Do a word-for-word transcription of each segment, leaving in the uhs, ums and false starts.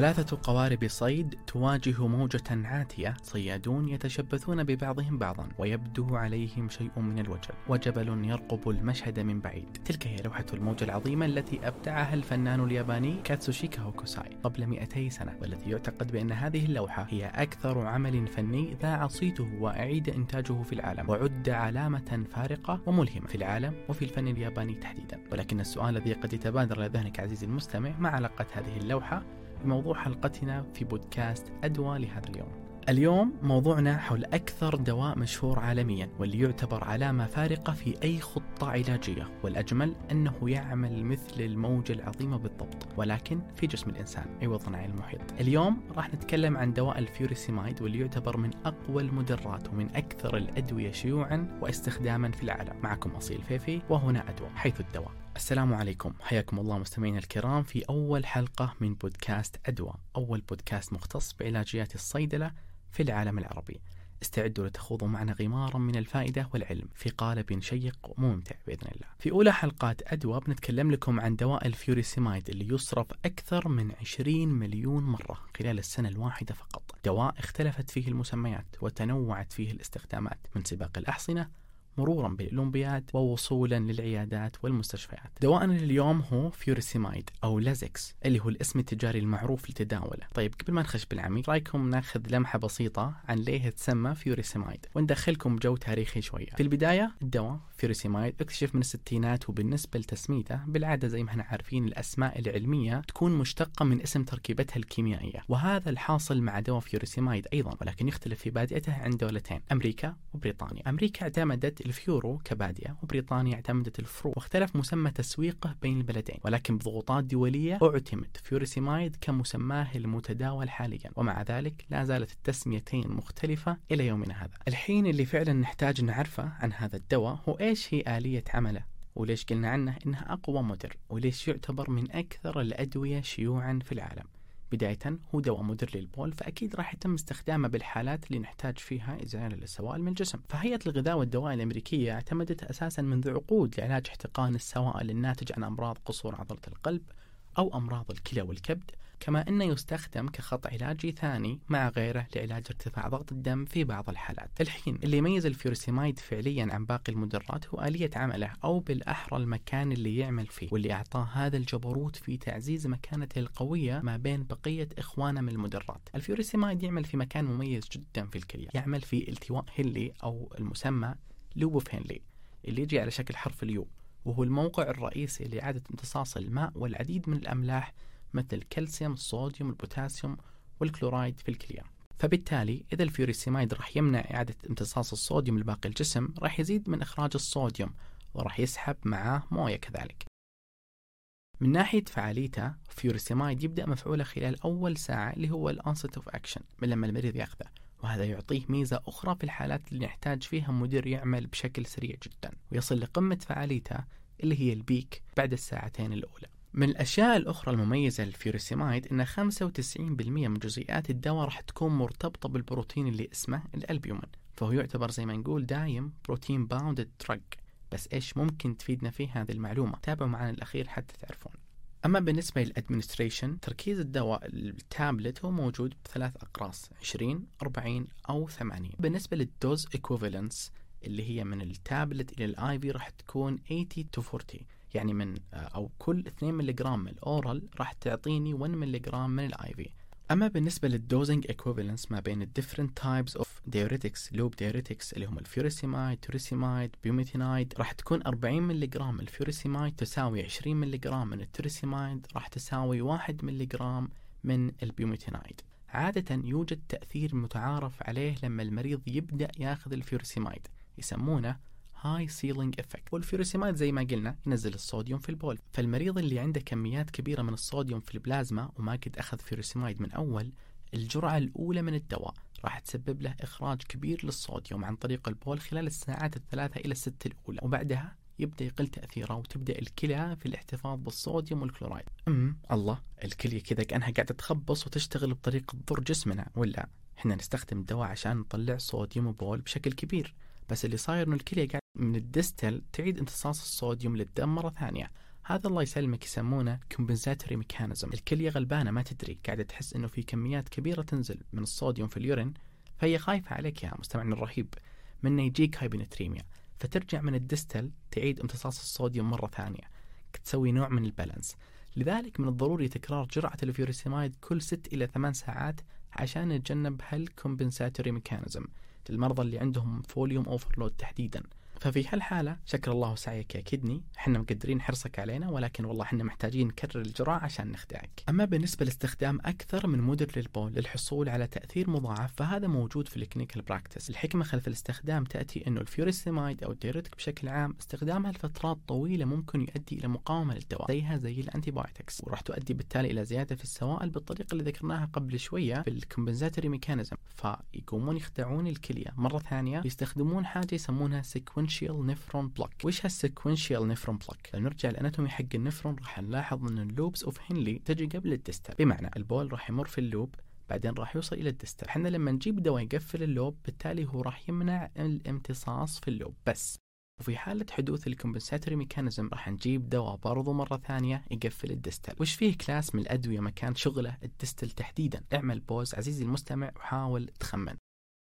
ثلاثة قوارب صيد تواجه موجة عاتية، صيادون يتشبثون ببعضهم بعضا ويبدو عليهم شيء من الوجل، وجبل يرقب المشهد من بعيد. تلك هي لوحة الموجة العظيمة التي أبدعها الفنان الياباني كاتسوشيكا هوكوساي قبل مئتي سنة، والتي يعتقد بأن هذه اللوحة هي أكثر عمل فني ذاع صيته وأعيد إنتاجه في العالم، وعد علامة فارقة وملهمة في العالم وفي الفن الياباني تحديدا. ولكن السؤال الذي قد يتبادر لذهنك عزيزي المستمع، ما علاقة هذه اللوحة بموضوع حلقتنا في بودكاست أدوى لهذا اليوم؟ اليوم موضوعنا حول أكثر دواء مشهور عالميا، واللي يعتبر علامة فارقة في أي خطة علاجية، والأجمل أنه يعمل مثل الموجة العظيمة بالضبط ولكن في جسم الإنسان عوضا عن المحيط. اليوم راح نتكلم عن دواء الفيوريسيمايد، واللي يعتبر من أقوى المدرات ومن أكثر الأدوية شيوعا واستخداما في العالم. معكم أصيل فيفي وهنا أدوى حيث الدواء. السلام عليكم، حياكم الله مستمعينا الكرام في أول حلقة من بودكاست أدوى، أول بودكاست مختص بعلاجيات الصيدلة في العالم العربي. استعدوا لتخوضوا معنا غمارا من الفائدة والعلم في قالب شيق وممتع بإذن الله. في أولى حلقات أدوى بنتكلم لكم عن دواء الفيوريسيمايد اللي يصرف أكثر من عشرين مليون مرة خلال السنة الواحدة فقط. دواء اختلفت فيه المسميات وتنوعت فيه الاستخدامات، من سباق الأحصنة مرورا بالأولمبياد ووصولا للعيادات والمستشفيات. دواءنا اليوم هو فيوريسيمايد أو لازكس، اللي هو الاسم التجاري المعروف لتداوله. طيب قبل ما نخش بالعميق، رايكم ناخذ لمحة بسيطة عن ليه تسمى فيوريسيمايد وندخلكم جو تاريخي شوية. في البداية الدواء فيوريسيمايد اكتشف من الستينات، وبالنسبة لتسميته بالعادة زي ما احنا عارفين الأسماء العلمية تكون مشتقة من اسم تركيبتها الكيميائية، وهذا الحاصل مع دواء فيوريسيمايد أيضا، ولكن يختلف في بادئته عند دولتين، أمريكا وبريطانيا. أمريكا اعتمدت الفيورو كبادية، وبريطانيا اعتمدت الفرو، واختلف مسمى تسويقه بين البلدين، ولكن بضغوطات دولية اعتمد فيوريسيمايد كمسماه المتداول حاليا، ومع ذلك لا زالت التسميتين مختلفة إلى يومنا هذا. الحين اللي فعلا نحتاج نعرفه عن هذا الدواء هو إيش هي آلية عمله، وليش قلنا عنه إنه أقوى مدر، وليش يعتبر من أكثر الأدوية شيوعا في العالم. بداية هو دواء مدر للبول، فأكيد راح يتم استخدامه بالحالات اللي نحتاج فيها إزالة للسوائل من الجسم. فهيئة الغذاء والدواء الأمريكية اعتمدت أساسا منذ عقود لعلاج احتقان السوائل الناتج عن أمراض قصور عضلة القلب أو أمراض الكلى والكبد، كما أنه يستخدم كخط علاجي ثاني مع غيره لعلاج ارتفاع ضغط الدم في بعض الحالات. الحين اللي يميز الفيوريسيمايد فعليا عن باقي المدرات هو آلية عمله، أو بالأحرى المكان اللي يعمل فيه، واللي أعطاه هذا الجبروت في تعزيز مكانته القوية ما بين بقية إخوانه من المدرات. الفيوريسيمايد يعمل في مكان مميز جدا في الكلية، يعمل في التواء هنلي أو المسمى لوب اوف هنلي، اللي يجي على شكل حرف اليو، وهو الموقع الرئيسي لإعادة امتصاص الماء والعديد من الأملاح مثل الكالسيوم، الصوديوم، البوتاسيوم والكلورايد في الكلية. فبالتالي إذا الفيوريسيمايد راح يمنع إعادة امتصاص الصوديوم لباقي الجسم، راح يزيد من إخراج الصوديوم وراح يسحب معاه موية كذلك. من ناحية فعاليته، فيوريسيمايد يبدأ مفعوله خلال أول ساعة اللي هو الأنست أوف أكشن من لما المريض يأخذه، وهذا يعطيه ميزة أخرى في الحالات اللي نحتاج فيها مدير يعمل بشكل سريع جدا، ويصل لقمة فعاليته اللي هي البيك بعد الساعتين الأولى. من الأشياء الأخرى المميزة للفيوريسيمايد إن خمسة وتسعين بالمئة من جزيئات الدواء راح تكون مرتبطة بالبروتين اللي اسمه الألبيومين، فهو يعتبر زي ما نقول دايم بروتين باوندد دراج. بس إيش ممكن تفيدنا فيه هذه المعلومة؟ تابعوا معنا الأخير حتى تعرفون. أما بالنسبة للأدمنستريشن، تركيز الدواء التابلت هو موجود بثلاث أقراص، عشرين، أربعين أو ثمانين. بالنسبة للدوز إكوفالنس اللي هي من التابلت إلى الآي في راح تكون ثمانين to أربعين، يعني من أو كل اثنين ملغ من الأورال راح تعطيني واحد ملغ من الآي في. أما بالنسبة للدوزنج إكوفالنس ما بين الديفرنت تايبس أوف دايوريتكس لوب دايوريتكس اللي هم الفيوريسيمايد، توريسيمايد، بيوميتينايد، راح تكون أربعين ملغ الفيوريسيمايد تساوي عشرين ملغ من التوريسيمايد، راح تساوي واحد ملغ من البيوميتينايد. عادة يوجد تأثير متعارف عليه لما المريض يبدأ ياخذ الفيوريسيمايد، يسمونه هاي سيلينج افكت. والفيوريسيمايد زي ما قلنا ينزل الصوديوم في البول، فالمريض اللي عنده كميات كبيرة من الصوديوم في البلازما وما قد أخذ فيوريسيمايد من أول، الجرعة الأولى من الدواء راح تسبب له إخراج كبير للصوديوم عن طريق البول خلال الساعات الثلاثة إلى الست الأولى، وبعدها يبدأ يقل تأثيره وتبدأ الكلى في الاحتفاظ بالصوديوم والكلورايد. أمم الله، الكلية كذا كأنها قاعدة تخبص وتشتغل بطريقة تضر جسمنا، ولا إحنا نستخدم الدواء عشان نطلع صوديوم وبول بشكل كبير؟ بس اللي صاير إنه الكلية قاعد من الدستل تعيد امتصاص الصوديوم للدم مرة ثانية هذا الله يسلمك يسمونه compensatory mechanism. الكلية غلبانة ما تدري، قاعدة تحس إنه في كميات كبيرة تنزل من الصوديوم في اليورين، فهي خايفة عليك يا مستمعنا الرهيب من يجيك هايبوناتريميا، فترجع من الدستل تعيد امتصاص الصوديوم مرة ثانية، تسوي نوع من البالانس. لذلك من الضروري تكرار جرعة الفيوريسيمايد كل ست إلى ثمان ساعات عشان نتجنب هالكومبنساتوري ميكانيزم للمرضى اللي عندهم فوليوم اوفرلود تحديدا. ففي هالحالة شكر الله سعيك يا كدني، احنا مقدرين حرصك علينا، ولكن والله احنا محتاجين نكرر الجرعة عشان نخدعك. اما بالنسبة لاستخدام اكثر من مدر للبول للحصول على تأثير مضاعف، فهذا موجود في الكلينيكال براكتس. الحكمة خلف الاستخدام تأتي انه الفيوريسيمايد او الديوريتك بشكل عام استخدامها لفترات طويلة ممكن يؤدي الى مقاومة للدواء زيها زي الانتيبايوتكس، وراح تؤدي بالتالي الى زيادة في السوائل بالطريقة اللي ذكرناها قبل شوية في الكومبنساتوري ميكانيزم، فيقومون يخدعون الكلية مرة ثانية، يستخدمون حاجة يسمونها sequential nephron block. وش هالسيكونشيال نيفرون بلوك؟ لو نرجع الاناتومي حق النفرون راح نلاحظ ان اللوبس اوف هنلي تجي قبل الدستل، بمعنى البول راح يمر في اللوب بعدين راح يوصل الى الدستل. احنا لما نجيب دواء يقفل اللوب بالتالي هو راح يمنع الامتصاص في اللوب بس. وفي حالة حدوث الكومبنساتوري ميكانيزم راح نجيب دواء برضو مرة ثانية يقفل الدستل. وش فيه كلاس من الأدوية مكان شغله الدستل تحديدا؟ اعمل بوز عزيزي المستمع وحاول تخمن.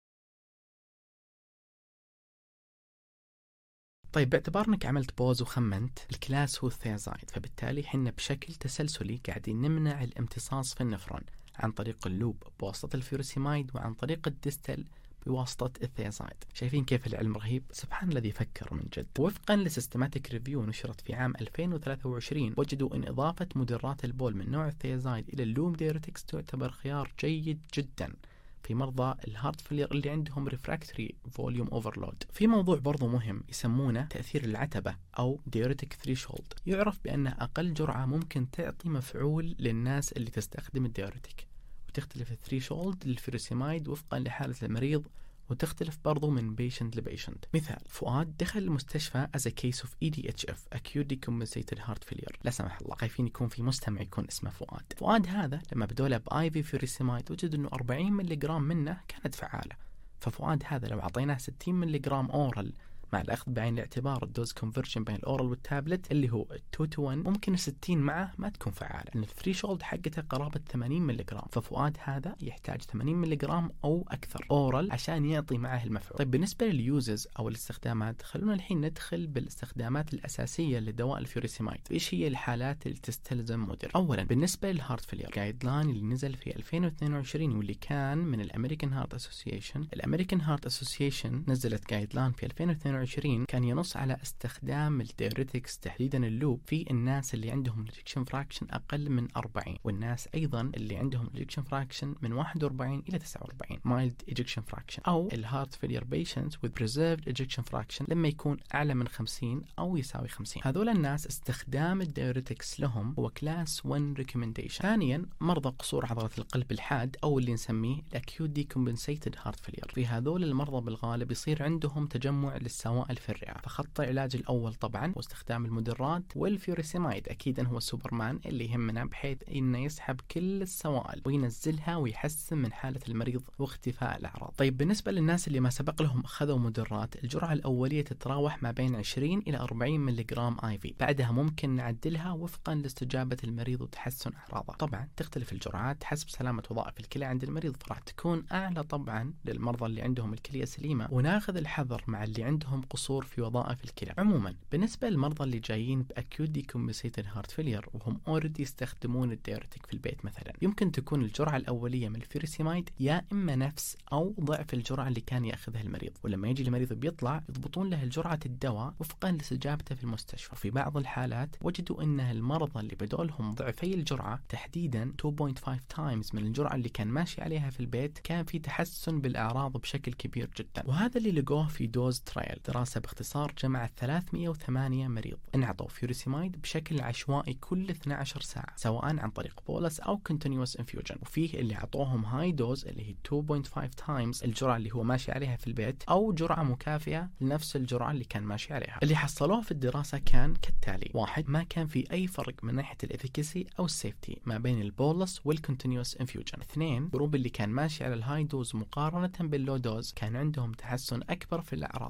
طيب باعتبار انك عملت بوز وخمنت، الكلاس هو الثيازايد، فبالتالي حنا بشكل تسلسلي قاعدين نمنع الامتصاص في النفرون عن طريق اللوب بواسطة الفيوريسيمايد وعن طريق الدستل بواسطة الثيازايد. شايفين كيف العلم رهيب؟ سبحان الذي فكر من جد. وفقا لسيستماتيك ريفيو نشرت في عام ألفين وثلاثة وعشرين، وجدوا ان اضافة مدرات البول من نوع الثيازايد الى اللوب ديوريتكس تعتبر خيار جيد جدا في مرضى الهارت فيلير اللي عندهم ريفراكتري فوليوم اوفرلود. في موضوع برضو مهم يسمونه تأثير العتبة أو ديوريتك ثريشولد، يعرف بأن أقل جرعة ممكن تعطي مفعول للناس اللي تستخدم الديوريتك، وتختلف الثريشولد للفيروسيمايد وفقا لحالة المريض، وتختلف برضو من بيشنت لبيشنت. مثال، فؤاد دخل المستشفى as a case of إي دي إتش إف acute decompensated heart failure، لا سمح الله، خايفين يكون في مستمع يكون اسمه فؤاد. فؤاد هذا لما بدوا له باي في فيوريسيمايد وجد انه أربعين ملي جرام منه كانت فعالة، ففؤاد هذا لو اعطيناه ستين ملي جرام اورال مع الأخذ بعين الاعتبار الدوز كونفرجن بين الأورال والتابلت اللي هو اثنين تو واحد، ممكن ستين معه ما تكون فعالة، لأن الثريشولد حقته قرابة ثمانين ملي جرام، ففؤاد هذا يحتاج ثمانين ملي جرام أو أكثر أورال عشان يعطي معه المفعول. طيب بالنسبة لليوزز أو الاستخدامات، خلونا الحين ندخل بالاستخدامات الأساسية لدواء الفيوريسيمايد. إيش هي الحالات اللي تستلزم مدر؟ أولا بالنسبة للهارت فيلير، جايد لاين اللي نزل في ألفين واثنين وعشرين واللي كان من الأمريكان هارت أسوسيشن. الأمريكان هارت أسوسيشن نزلت جايد لاين في ألفين واثنين وعشرين كان ينص على استخدام الديوريتكس تحديدا اللوب في الناس اللي عندهم الايجكشن فراكشن اقل من أربعين، والناس ايضا اللي عندهم الايجكشن فراكشن من واحد وأربعين الى تسعة وأربعين mild ejection fraction، او الهارت فيلير patients with preserved ejection fraction لما يكون اعلى من خمسين او يساوي خمسين. هذول الناس استخدام الديوريتكس لهم هو كلاس واحد recommendation. ثانيا مرضى قصور عضلة القلب الحاد او اللي نسميه acute decompensated heart failure، في هذول المرضى بالغالب يصير عندهم تجمع للسوائل في الرئة، فخط العلاج الأول طبعا واستخدام المدرات والفيوريسيمايد أكيدا هو السوبرمان اللي يهمنا، بحيث إنه يسحب كل السوائل وينزلها ويحسن من حالة المريض واختفاء الأعراض. طيب بالنسبة للناس اللي ما سبق لهم أخذوا مدرات، الجرعة الأولية تتراوح ما بين عشرين إلى أربعين ملي جرام آي في، بعدها ممكن نعدلها وفقا لاستجابة المريض وتحسن أعراضه. طبعا تختلف الجرعات حسب سلامة وظائف الكلى عند المريض، فراح تكون أعلى طبعا للمرضى اللي عندهم الكلية سليمة، وناخذ الحذر مع اللي عندهم قصور في وظائف الكلى. عموما بالنسبة للمرضى اللي جايين بأكيوت ديكومبنسيتد هارت فيلير وهم اوريدي يستخدمون الديوريتك في البيت مثلا، يمكن تكون الجرعة الأولية من الفيوريسيمايد يا إما نفس أو ضعف الجرعة اللي كان يأخذها المريض، ولما يجي المريض بيطلع يضبطون له الجرعة الدواء وفقا لاستجابته في المستشفى. وفي بعض الحالات وجدوا أن المرضى اللي بدوا لهم ضعفي الجرعة تحديدا اثنين فاصلة خمسة تايمز من الجرعة اللي كان ماشي عليها في البيت، كان في تحسن بالأعراض بشكل كبير جدا. وهذا اللي لقوه في دوز ترايل، دراسة باختصار جمعت ثلاثمئة وثمانية مريض انعطوا فيوريسيمايد بشكل عشوائي كل اثنتي عشرة ساعة سواء عن طريق بولس أو continuous infusion، وفيه اللي عطوهم هاي دوز اللي هي اثنين فاصلة خمسة تايمز الجرعة اللي هو ماشي عليها في البيت، أو جرعة مكافئة لنفس الجرعة اللي كان ماشي عليها. اللي حصلوه في الدراسة كان كالتالي: واحد، ما كان في أي فرق من ناحية الإفيكاسي أو السيفتي ما بين البولس والcontinuous infusion. اثنين، جروب اللي كان ماشي على الهاي دوز مقارنة باللو دوز كان عندهم تحسن أكبر في الأعراض، خسارة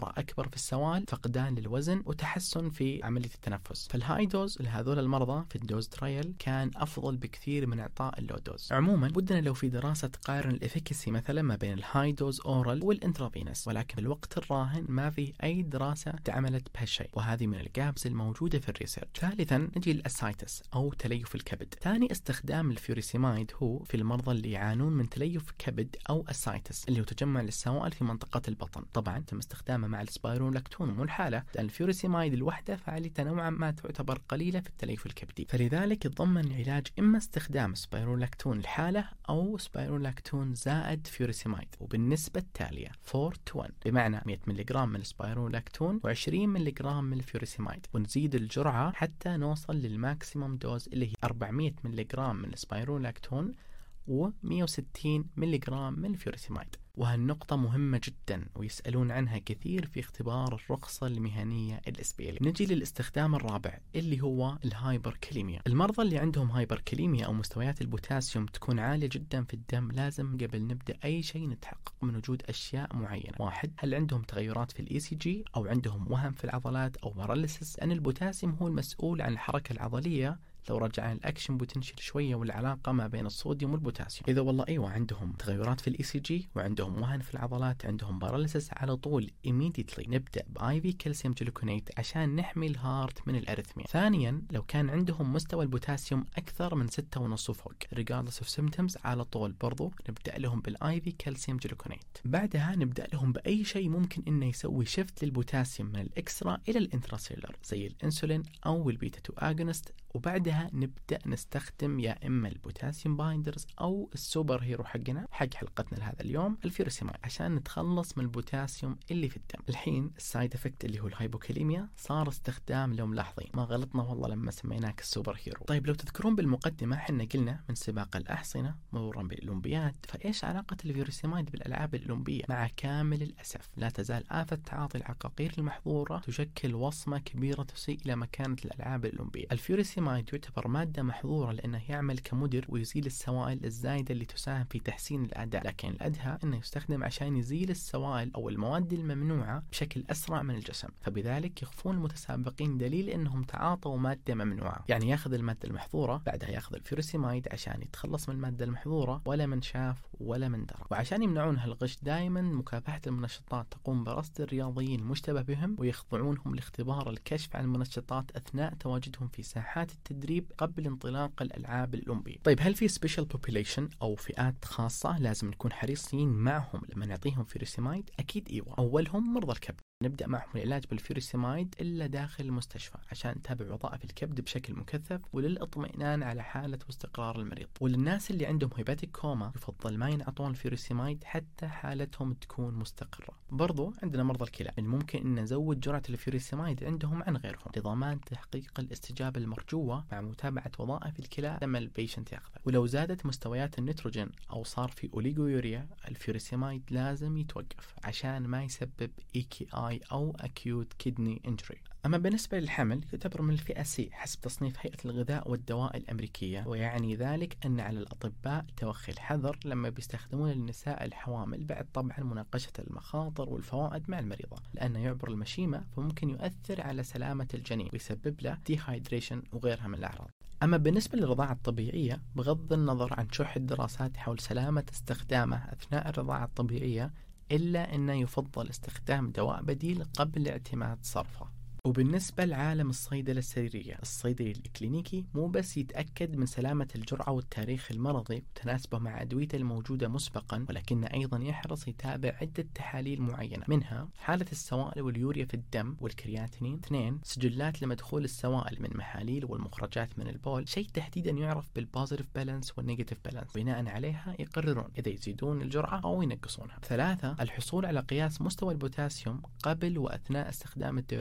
حرارة أكبر في السوائل، فقدان للوزن، وتحسن في عملية التنفس. فالهاي دوز لهذول المرضى في الدوز ترايل كان أفضل بكثير من إعطاء اللو دوز. عموما بدنا لو في دراسة تقارن الإفكاسي مثلا ما بين الهاي دوز أورال والإنترافينس، ولكن في الوقت الراهن ما في أي دراسة تعملت بهالشيء، وهذه من الجابس الموجودة في الريسيرش. ثالثا نجي للأسايتس أو تليف الكبد. ثاني استخدام الفيوريسيمايد هو في المرضى اللي يعانون من تليف كبد أو أسايتس اللي هو تجمع للسوائل في منطقة البطن. طبعا تم استخدامه مع السبايرونلاكتون مو الحالة، لأن الفيوريسيمايد الوحدة فعاليته نوعا ما تعتبر قليلة في التليف الكبدي، فلذلك يتضمن العلاج إما استخدام سبايرونلاكتون الحالة أو سبايرونلاكتون زائد فيوريسيمايد، وبالنسبة التالية أربعة واحد، بمعنى مئة ملغ من السبايرونلاكتون وعشرين ملغ من الفيوريسيمايد، ونزيد الجرعة حتى نوصل للماكسيموم دوز اللي هي أربعمئة ملغ من السبايرونلاكتون ومئة وستين ملغ من الفيوريسيمايد. وهالنقطة مهمة جدا ويسألون عنها كثير في اختبار الرخصة المهنية الاس بي ال. نجي للاستخدام الرابع اللي هو الهايبركاليميا. المرضى اللي عندهم هايبركاليميا أو مستويات البوتاسيوم تكون عالية جدا في الدم، لازم قبل نبدأ أي شيء نتحقق من وجود أشياء معينة. واحد، هل عندهم تغيرات في الاي سي جي أو عندهم وهم في العضلات أو باراليسيس، لأن البوتاسيوم هو المسؤول عن الحركة العضلية لو رجعنا الأكشن بوتنشل شوية والعلاقة ما بين الصوديوم والبوتاسيوم. إذا والله أيوة عندهم تغيرات في الاي سي جي وعندهم وهن في العضلات، عندهم باراليسيس، على طول immediately نبدأ باي في كالسيوم جلوكونيت عشان نحمي الهارت من الأريثميا. ثانيا، لو كان عندهم مستوى البوتاسيوم أكثر من ستة ونص وفوق regardless of symptoms، على طول برضو نبدأ لهم بالاي في كالسيوم جلوكونيت. بعدها نبدأ لهم بأي شيء ممكن إنه يسوي شيفت للبوتاسيوم من الإكسترا إلى الانتراسيلر زي الإنسولين أو البيتا تو أجونست، وبعدها نبدأ نستخدم يا إما البوتاسيوم بايندرز أو السوبر هيرو حقنا حق حلقتنا لهذا اليوم الفيوريسيمايد عشان نتخلص من البوتاسيوم اللي في الدم. الحين السايد افكت اللي هو الهايبوكاليميا صار استخدام لو ملاحظين، ما غلطنا والله لما سميناك السوبر هيرو. طيب لو تذكرون بالمقدمة حنا قلنا من سباق الأحصنة مرورا بالأولمبياد، فإيش علاقة الفيوريسيمايد بالألعاب الأولمبية؟ مع كامل الأسف لا تزال آفة تعاطي العقاقير المحظورة تشكل وصمة كبيرة تسيء إلى مكانة الألعاب الأولمبية. الفيوريسيمايد يعتبر مادة محظورة لأنه يعمل كمدر ويزيل السوائل الزايدة اللي تساهم في تحسين الأداء، لكن الأدهى أنه يستخدم عشان يزيل السوائل أو المواد الممنوعة بشكل أسرع من الجسم، فبذلك يخفون المتسابقين دليل أنهم تعاطوا مادة ممنوعة. يعني يأخذ المادة المحظورة بعدها يأخذ الفيوريسيمايد عشان يتخلص من المادة المحظورة، ولا من شاف ولا من درى. وعشان يمنعون هالغش دائما مكافحة المنشطات تقوم برصد الرياضيين المشتبه بهم ويخضعونهم لاختبار الكشف عن المنشطات أثناء تواجدهم في ساحات التدريب قبل انطلاق الألعاب الأولمبية. طيب هل في سبيشال بوبيليشن أو فئات خاصة لازم نكون حريصين معهم لما نعطيهم فيوريسيمايد؟ أكيد إيوه. أولهم مرضى الكبد، نبدأ معهم العلاج بالفيوريسيمايد إلا داخل المستشفى عشان نتابع وظائف الكبد بشكل مكثف وللإطمئنان على حالة واستقرار المريض. وللناس اللي عندهم هيباتيك كوما يفضل ما ينعطون الفيوريسيمايد حتى حالتهم تكون مستقرة. برضو عندنا مرضى الكلى الممكن أن نزود جرعة الفيوريسيمايد عندهم عن غيرهم لضمان تحقيق الاستجابة المرجوة مع متابعة وظائف الكلى لما البيشنت ياخذه. ولو زادت مستويات النيتروجين أو صار في أوليغويوريا الفيوريسيمايد لازم يتوقف عشان ما يسبب إي كي آي أو acute kidney injury. أما بالنسبة للحمل يعتبر من الفئة سي حسب تصنيف هيئة الغذاء والدواء الأمريكية، ويعني ذلك أن على الأطباء توخي الحذر لما بيستخدمون النساء الحوامل بعد طبعا مناقشة المخاطر والفوائد مع المريضة، لأنه يعبر المشيمة فممكن يؤثر على سلامة الجنين ويسبب له dehydration وغيرها من الأعراض. أما بالنسبة للرضاعة الطبيعية بغض النظر عن شح الدراسات حول سلامة استخدامه أثناء الرضاعة الطبيعية، إلا أنه يفضل استخدام دواء بديل قبل اعتماد صرفه. وبالنسبة لعالم الصيدلة السريرية، الصيدلي الكلينيكي مو بس يتأكد من سلامة الجرعة والتاريخ المرضي وتناسبه مع أدويته الموجودة مسبقا، ولكنه أيضا يحرص يتابع عدة تحاليل معينة، منها حالة السوائل واليوريا في الدم والكرياتينين. اثنين، سجلات لمدخول السوائل من محاليل والمخرجات من البول، شيء تحديدا يعرف بالبوزيتيف بالانس والنيجاتيف بالانس، بناء عليها يقررون إذا يزيدون الجرعة أو ينقصونها. ثلاثة، الحصول على قياس مستوى البوتاسيوم قبل وأثناء استخدام الديوريتكس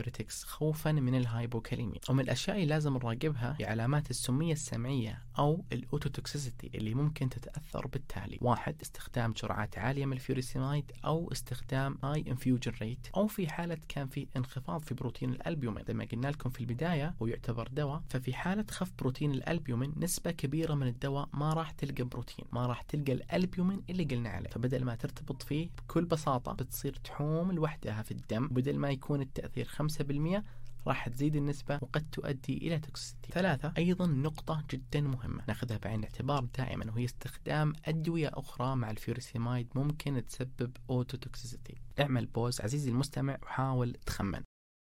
خوفا من الهايبوكاليميا. ومن الأشياء اللي لازم نراقبها هي علامات السمية السمعية أو الأوتوتوكسيسيتي اللي ممكن تتأثر بالتالي: واحد، استخدام جرعات عالية من الفيوريسيمايد أو استخدام هاي انفيوجن ريت، أو في حالة كان في انخفاض في بروتين الألبيومين. زي ما قلنا لكم في البداية ويعتبر دواء، ففي حالة خف بروتين الألبيومين نسبة كبيرة من الدواء ما راح تلقى بروتين، ما راح تلقى الألبيومين اللي قلنا عليه، فبدل ما ترتبط فيه بكل بساطة بتصير تحوم لوحدها في الدم، بدل ما يكون التأثير خمسة بالمئة راح تزيد النسبة وقد تؤدي إلى توكسيتي. ثلاثة، أيضا نقطة جدا مهمة ناخذها بعين الاعتبار دائما، وهي استخدام أدوية أخرى مع الفيوريسيمايد ممكن تسبب أوتوتوكسيتي. اعمل بوز عزيزي المستمع وحاول تخمن.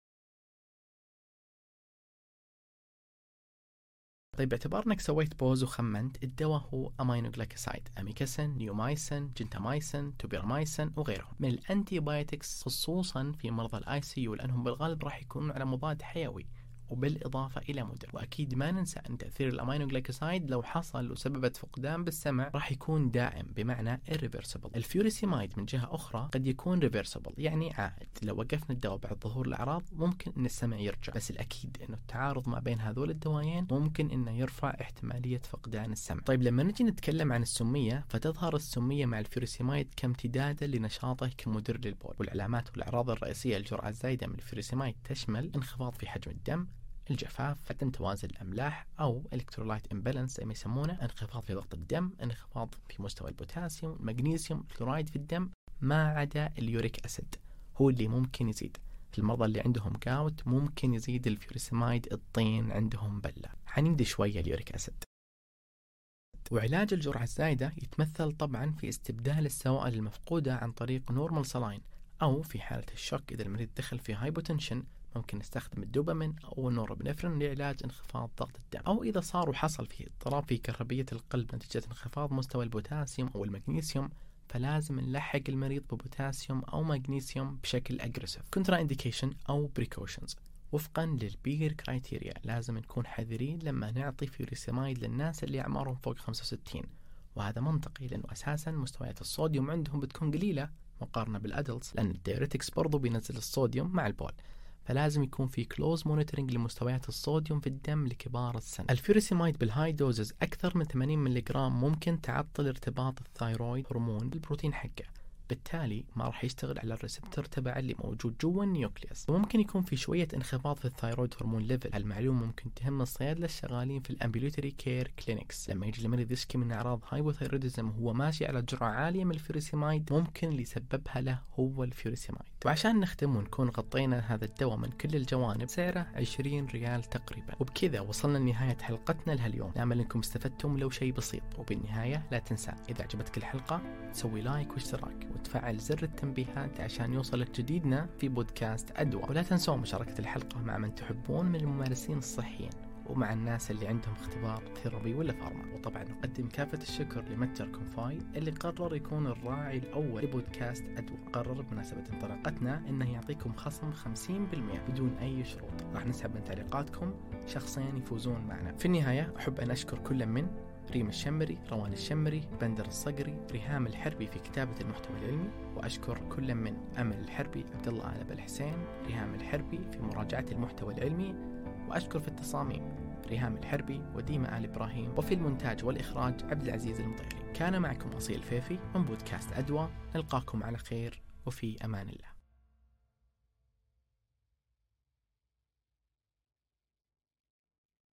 طيب باعتبار انك سويت بوز وخمنت، الدواء هو امينوغليكوسايد، اميكاسين، نيومايسين، جنتامايسين، توبيرمايسين وغيرهم من الانتي بايوتكس، خصوصا في مرضى الاي سي يو، لانهم بالغالب راح يكونون على مضاد حيوي وبالإضافة إلى مدر. وأكيد ما ننسى أن تأثير الأمينوغليكوسايد لو حصل وسببت فقدان بالسمع راح يكون دائم، بمعنى irreversible. الفيوريسيمايد من جهة أخرى قد يكون reversible، يعني عائد، لو وقفنا الدواء بعد ظهور الأعراض ممكن أن السمع يرجع، بس الأكيد أنه التعارض ما بين هذول الدوايين ممكن أنه يرفع احتمالية فقدان السمع. طيب لما نجي نتكلم عن السمية، فتظهر السمية مع الفيوريسيمايد كامتدادا لنشاطه كمدر للبول. والعلامات والأعراض الرئيسية للجرعة الزايدة من الفيوريسيمايد تشمل انخفاض في حجم الدم، الجفاف، عدم توازن الأملاح أو electrolyte imbalance زي ما يسمونه، انخفاض في ضغط الدم، انخفاض في مستوى البوتاسيوم، المغنيسيوم، الكلورايد في الدم، ما عدا اليوريك أسيد هو اللي ممكن يزيد. في المرضى اللي عندهم جاوت ممكن يزيد الفيوريسيمايد الطين عندهم بلة. حنمدي شوية اليوريك أسيد. وعلاج الجرعة الزايدة يتمثل طبعا في استبدال السوائل المفقودة عن طريق نورمال سلاين، أو في حالة الشك إذا المريض دخل في هايبوتنشن ممكن نستخدم الدوبامين أو النورابنفرين لعلاج انخفاض ضغط الدم. أو إذا صار وحصل فيه اضطراب في كهربية القلب نتيجة انخفاض مستوى البوتاسيوم أو المغنيسيوم، فلازم نلحق المريض ببوتاسيوم أو مغنيسيوم بشكل أجريسيف. كونترا إنديكيشن أو بريكوشنز وفقا للبير كرايتيريا، لازم نكون حذرين لما نعطي فيوريسيمايد للناس اللي أعمارهم فوق خمسة وستين، وهذا منطقي لأنه أساسا مستويات الصوديوم عندهم بتكون قليلة مقارنة بالأدلتس، لأن الدايوريتكس برضو بينزل الصوديوم مع البول، فلازم يكون في كلوز مونيتورنج لمستويات الصوديوم في الدم لكبار السن. الفيوريسيمايد بالهاي دوزز أكثر من ثمانين ملغرام ممكن تعطل ارتباط الثايرويد هرمون بالبروتين حقه، بالتالي ما راح يشتغل على الريسبتور تبع اللي موجود جوا النيوكليوس. وممكن يكون في شوية انخفاض في الثايرويد هرمون ليفل. المعلومة ممكن تهم الصيادلة الشغالين في الامبيوليتري كير كلينكس، لما يجي المريض يشكي من أعراض هايبوثايروديزم وهو ماشي على جرعة عالية من الفيوريسيمايد، ممكن اللي يسببها له هو الفيوريسيمايد. وعشان نختم ونكون غطينا هذا الدواء من كل الجوانب، سعره عشرين ريال تقريبا. وبكذا وصلنا لنهاية حلقتنا لهاليوم. نأمل انكم استفدتم لو شيء بسيط. وبالنهاية لا تنسى إذا عجبتك الحلقة تسوي لايك واشتراك وتفعل زر التنبيهات عشان يوصلك جديدنا في بودكاست أدوى. ولا تنسوا مشاركة الحلقة مع من تحبون من الممارسين الصحيين ومع الناس اللي عندهم اختبار ثيرابي ولا فارما. وطبعا نقدم كافة الشكر لمتجر كونفاي اللي قرر يكون الراعي الأول لبودكاست أدوى. قرر بمناسبة انطلاقتنا إنه يعطيكم خصم خمسين بالمئة بدون أي شروط. راح نسحب من تعليقاتكم شخصين يفوزون معنا. في النهاية أحب أن أشكر كل من ريم الشمري، روان الشمري، بندر الصقري، ريهام الحربي في كتابة المحتوى العلمي، وأشكر كل من أمل الحربي، عبد الله آل الحسين، ريهام الحربي في مراجعة المحتوى العلمي، وأشكر في التصاميم ريهام الحربي وديما آل إبراهيم، وفي المونتاج والإخراج عبد العزيز المطيري. كان معكم أصيل الفيفي من بودكاست أدوى. نلقاكم على خير وفي أمان الله.